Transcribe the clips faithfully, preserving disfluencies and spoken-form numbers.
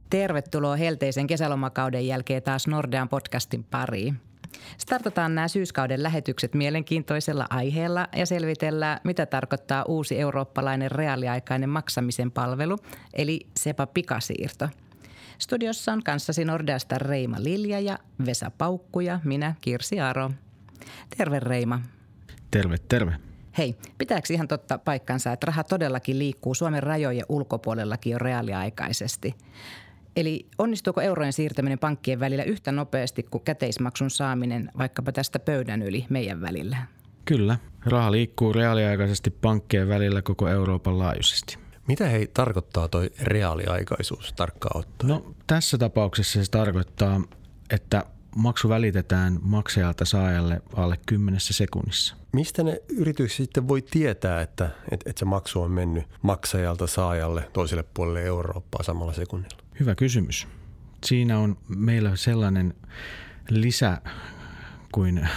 Tervetuloa helteisen kesälomakauden jälkeen taas Nordean podcastin pariin. Startataan nämä syyskauden lähetykset mielenkiintoisella aiheella ja selvitellään, mitä tarkoittaa uusi eurooppalainen reaaliaikainen maksamisen palvelu, eli SEPA pikasiirto. Studiossa on kanssasi Nordeasta Reima Lilja ja Vesa Paukku ja minä Kirsi Aro. Terve Reima. Terve, terve. Hei, pitääkö ihan totta paikkansa, että raha todellakin liikkuu Suomen rajojen ulkopuolellakin jo reaaliaikaisesti? Eli onnistuuko eurojen siirtäminen pankkien välillä yhtä nopeasti kuin käteismaksun saaminen vaikkapa tästä pöydän yli meidän välillä? Kyllä, raha liikkuu reaaliaikaisesti pankkien välillä koko Euroopan laajuisesti. Mitä hei tarkoittaa toi reaaliaikaisuus tarkkaan ottaen? No tässä tapauksessa se tarkoittaa, että maksu välitetään maksajalta saajalle alle kymmenessä sekunnissa. Mistä ne yritykset sitten voi tietää, että, että, että se maksu on mennyt maksajalta saajalle toiselle puolelle Eurooppaa samalla sekunnilla? Hyvä kysymys. Siinä on meillä sellainen lisä kuin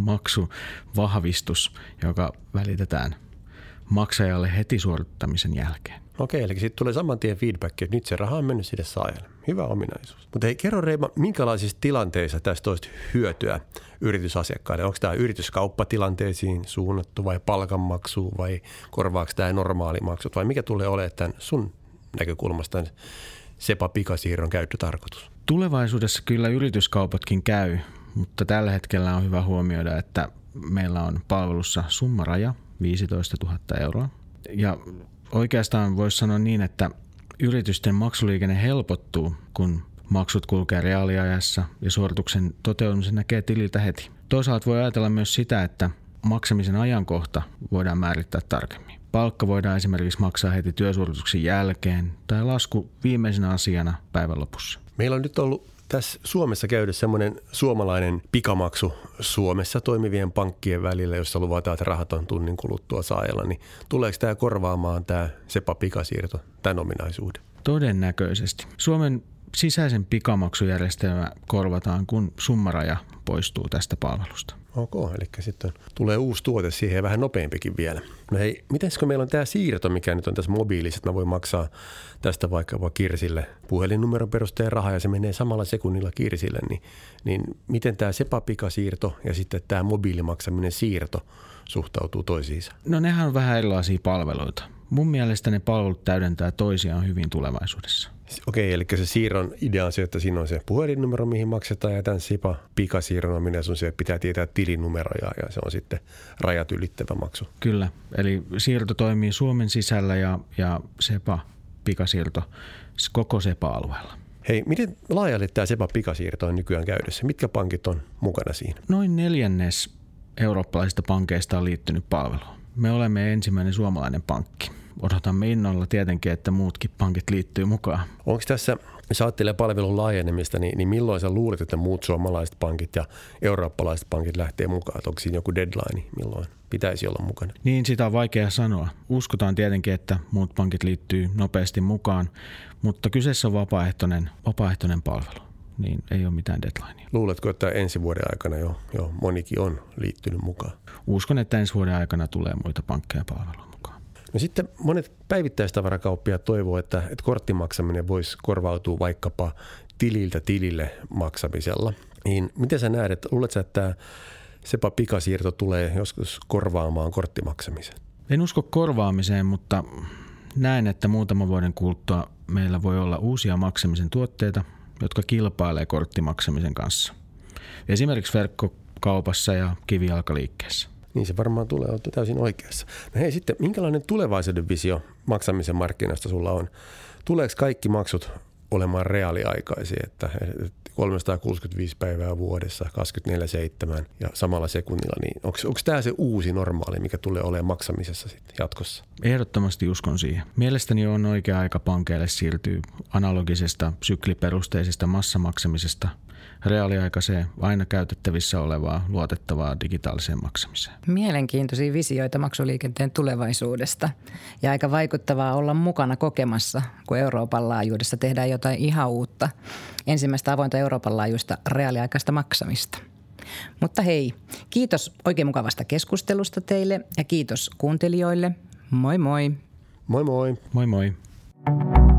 maksuvahvistus, joka välitetään maksajalle heti suorittamisen jälkeen. Okei, eli sitten tulee saman tien feedback, että nyt se raha on mennyt sille saajalle. Hyvä ominaisuus. Mutta hei, kerro Reima, minkälaisissa tilanteissa tästä olisi hyötyä yritysasiakkaille? Onko tämä yrityskauppatilanteisiin suunnattu vai palkanmaksuun vai korvaako tämä normaalimaksut vai mikä tulee olemaan tämän sun näkökulmasta SEPA pikasiirron käyttötarkoitus? Tulevaisuudessa kyllä yrityskaupatkin käy, mutta tällä hetkellä on hyvä huomioida, että meillä on palvelussa summaraja viisitoista tuhatta euroa ja oikeastaan voisi sanoa niin, että yritysten maksuliikenne helpottuu, kun maksut kulkee reaaliajassa ja suorituksen toteutumisen näkee tililtä heti. Toisaalta voi ajatella myös sitä, että maksamisen ajankohta voidaan määrittää tarkemmin. Palkka voidaan esimerkiksi maksaa heti työsuorituksen jälkeen tai lasku viimeisenä asiana päivän lopussa. Meillä on nyt ollut tässä Suomessa käydä semmoinen suomalainen pikamaksu Suomessa toimivien pankkien välillä, jossa luvataan, että rahat on tunnin kuluttua saajalla. Niin tuleeko tämä korvaamaan tämä SEPA pikasiirto tämän ominaisuuden? Todennäköisesti. Suomen sisäisen pikamaksujärjestelmä korvataan, kun summaraja poistuu tästä palvelusta. Ok, eli sitten tulee uusi tuote siihen ja vähän nopeampikin vielä. No hei, mitenskö meillä on tämä siirto, mikä nyt on tässä mobiilissa, että mä voin maksaa tästä vaikka Kirsille puhelinnumeron perusteen rahaa ja se menee samalla sekunnilla Kirsille, niin, niin miten tämä SEPA pikasiirto ja sitten tämä mobiilimaksaminen siirto suhtautuu toisiinsa? No nehän on vähän erilaisia palveluita. Mun mielestä ne palvelut täydentää toisiaan hyvin tulevaisuudessa. Okei, eli se siirron idea on se, että siinä on se puhelinnumero, mihin maksetaan ja tämän SEPA pikasiirron ominaisuus on se, että pitää tietää tilinumero ja, ja se on sitten rajat ylittävä maksu. Kyllä, eli siirto toimii Suomen sisällä ja, ja SEPA pikasiirto koko SEPA-alueella. Hei, miten laajalle tämä SEPA pikasiirto on nykyään käydessä? Mitkä pankit on mukana siinä? Noin neljännes eurooppalaisista pankeista on liittynyt palveluun. Me olemme ensimmäinen suomalainen pankki. Odotamme innolla tietenkin, että muutkin pankit liittyy mukaan. Onko tässä, jos ajattelee palvelun laajenemista, niin, niin milloin sä luulet, että muut suomalaiset pankit ja eurooppalaiset pankit lähtee mukaan? Onko siinä joku deadline, milloin pitäisi olla mukana? Niin, sitä on vaikea sanoa. Uskotaan tietenkin, että muut pankit liittyy nopeasti mukaan, mutta kyseessä on vapaaehtoinen, vapaaehtoinen palvelu. Niin ei ole mitään deadlinea. Luuletko, että ensi vuoden aikana jo, jo monikin on liittynyt mukaan? Uskon, että ensi vuoden aikana tulee muita pankkeja palveluun mukaan. No sitten monet päivittäistavarakauppiaat toivoo, että, että korttimaksaminen voisi korvautua vaikkapa tililtä tilille maksamisella. Niin miten sä näet, että luuletko, että tämä SEPA pikasiirto tulee joskus korvaamaan korttimaksamisen? En usko korvaamiseen, mutta näen, että muutaman vuoden kuluttua meillä voi olla uusia maksamisen tuotteita, jotka kilpailee korttimaksamisen kanssa. Esimerkiksi verkkokaupassa ja kivijalkaliikkeessä. Niin se varmaan tulee, olette täysin oikeassa. No hei sitten, minkälainen tulevaisuuden visio maksamisen markkinasta sulla on? Tuleeko kaikki maksut olemaan reaaliaikaisia, että kolmesataakuusikymmentäviisi päivää vuodessa, kaksikymmentäneljä seitsemän ja samalla sekunnilla, niin onko, onko tämä se uusi normaali, mikä tulee olemaan maksamisessa sitten jatkossa? Ehdottomasti uskon siihen. Mielestäni on oikea aika pankeille siirtyä analogisesta sykliperusteisesta massamaksamisesta reaaliaikaiseen, aina käytettävissä olevaa, luotettavaa digitaaliseen maksamiseen. Mielenkiintoisia visioita maksuliikenteen tulevaisuudesta ja aika vaikuttavaa olla mukana kokemassa, kun Euroopan laajuudessa tehdään jotain ihan uutta. Ensimmäistä avointa Euroopan laajuista reaaliaikaista maksamista. Mutta hei, kiitos oikein mukavasta keskustelusta teille ja kiitos kuuntelijoille. Moi moi! Moi moi! Moi moi!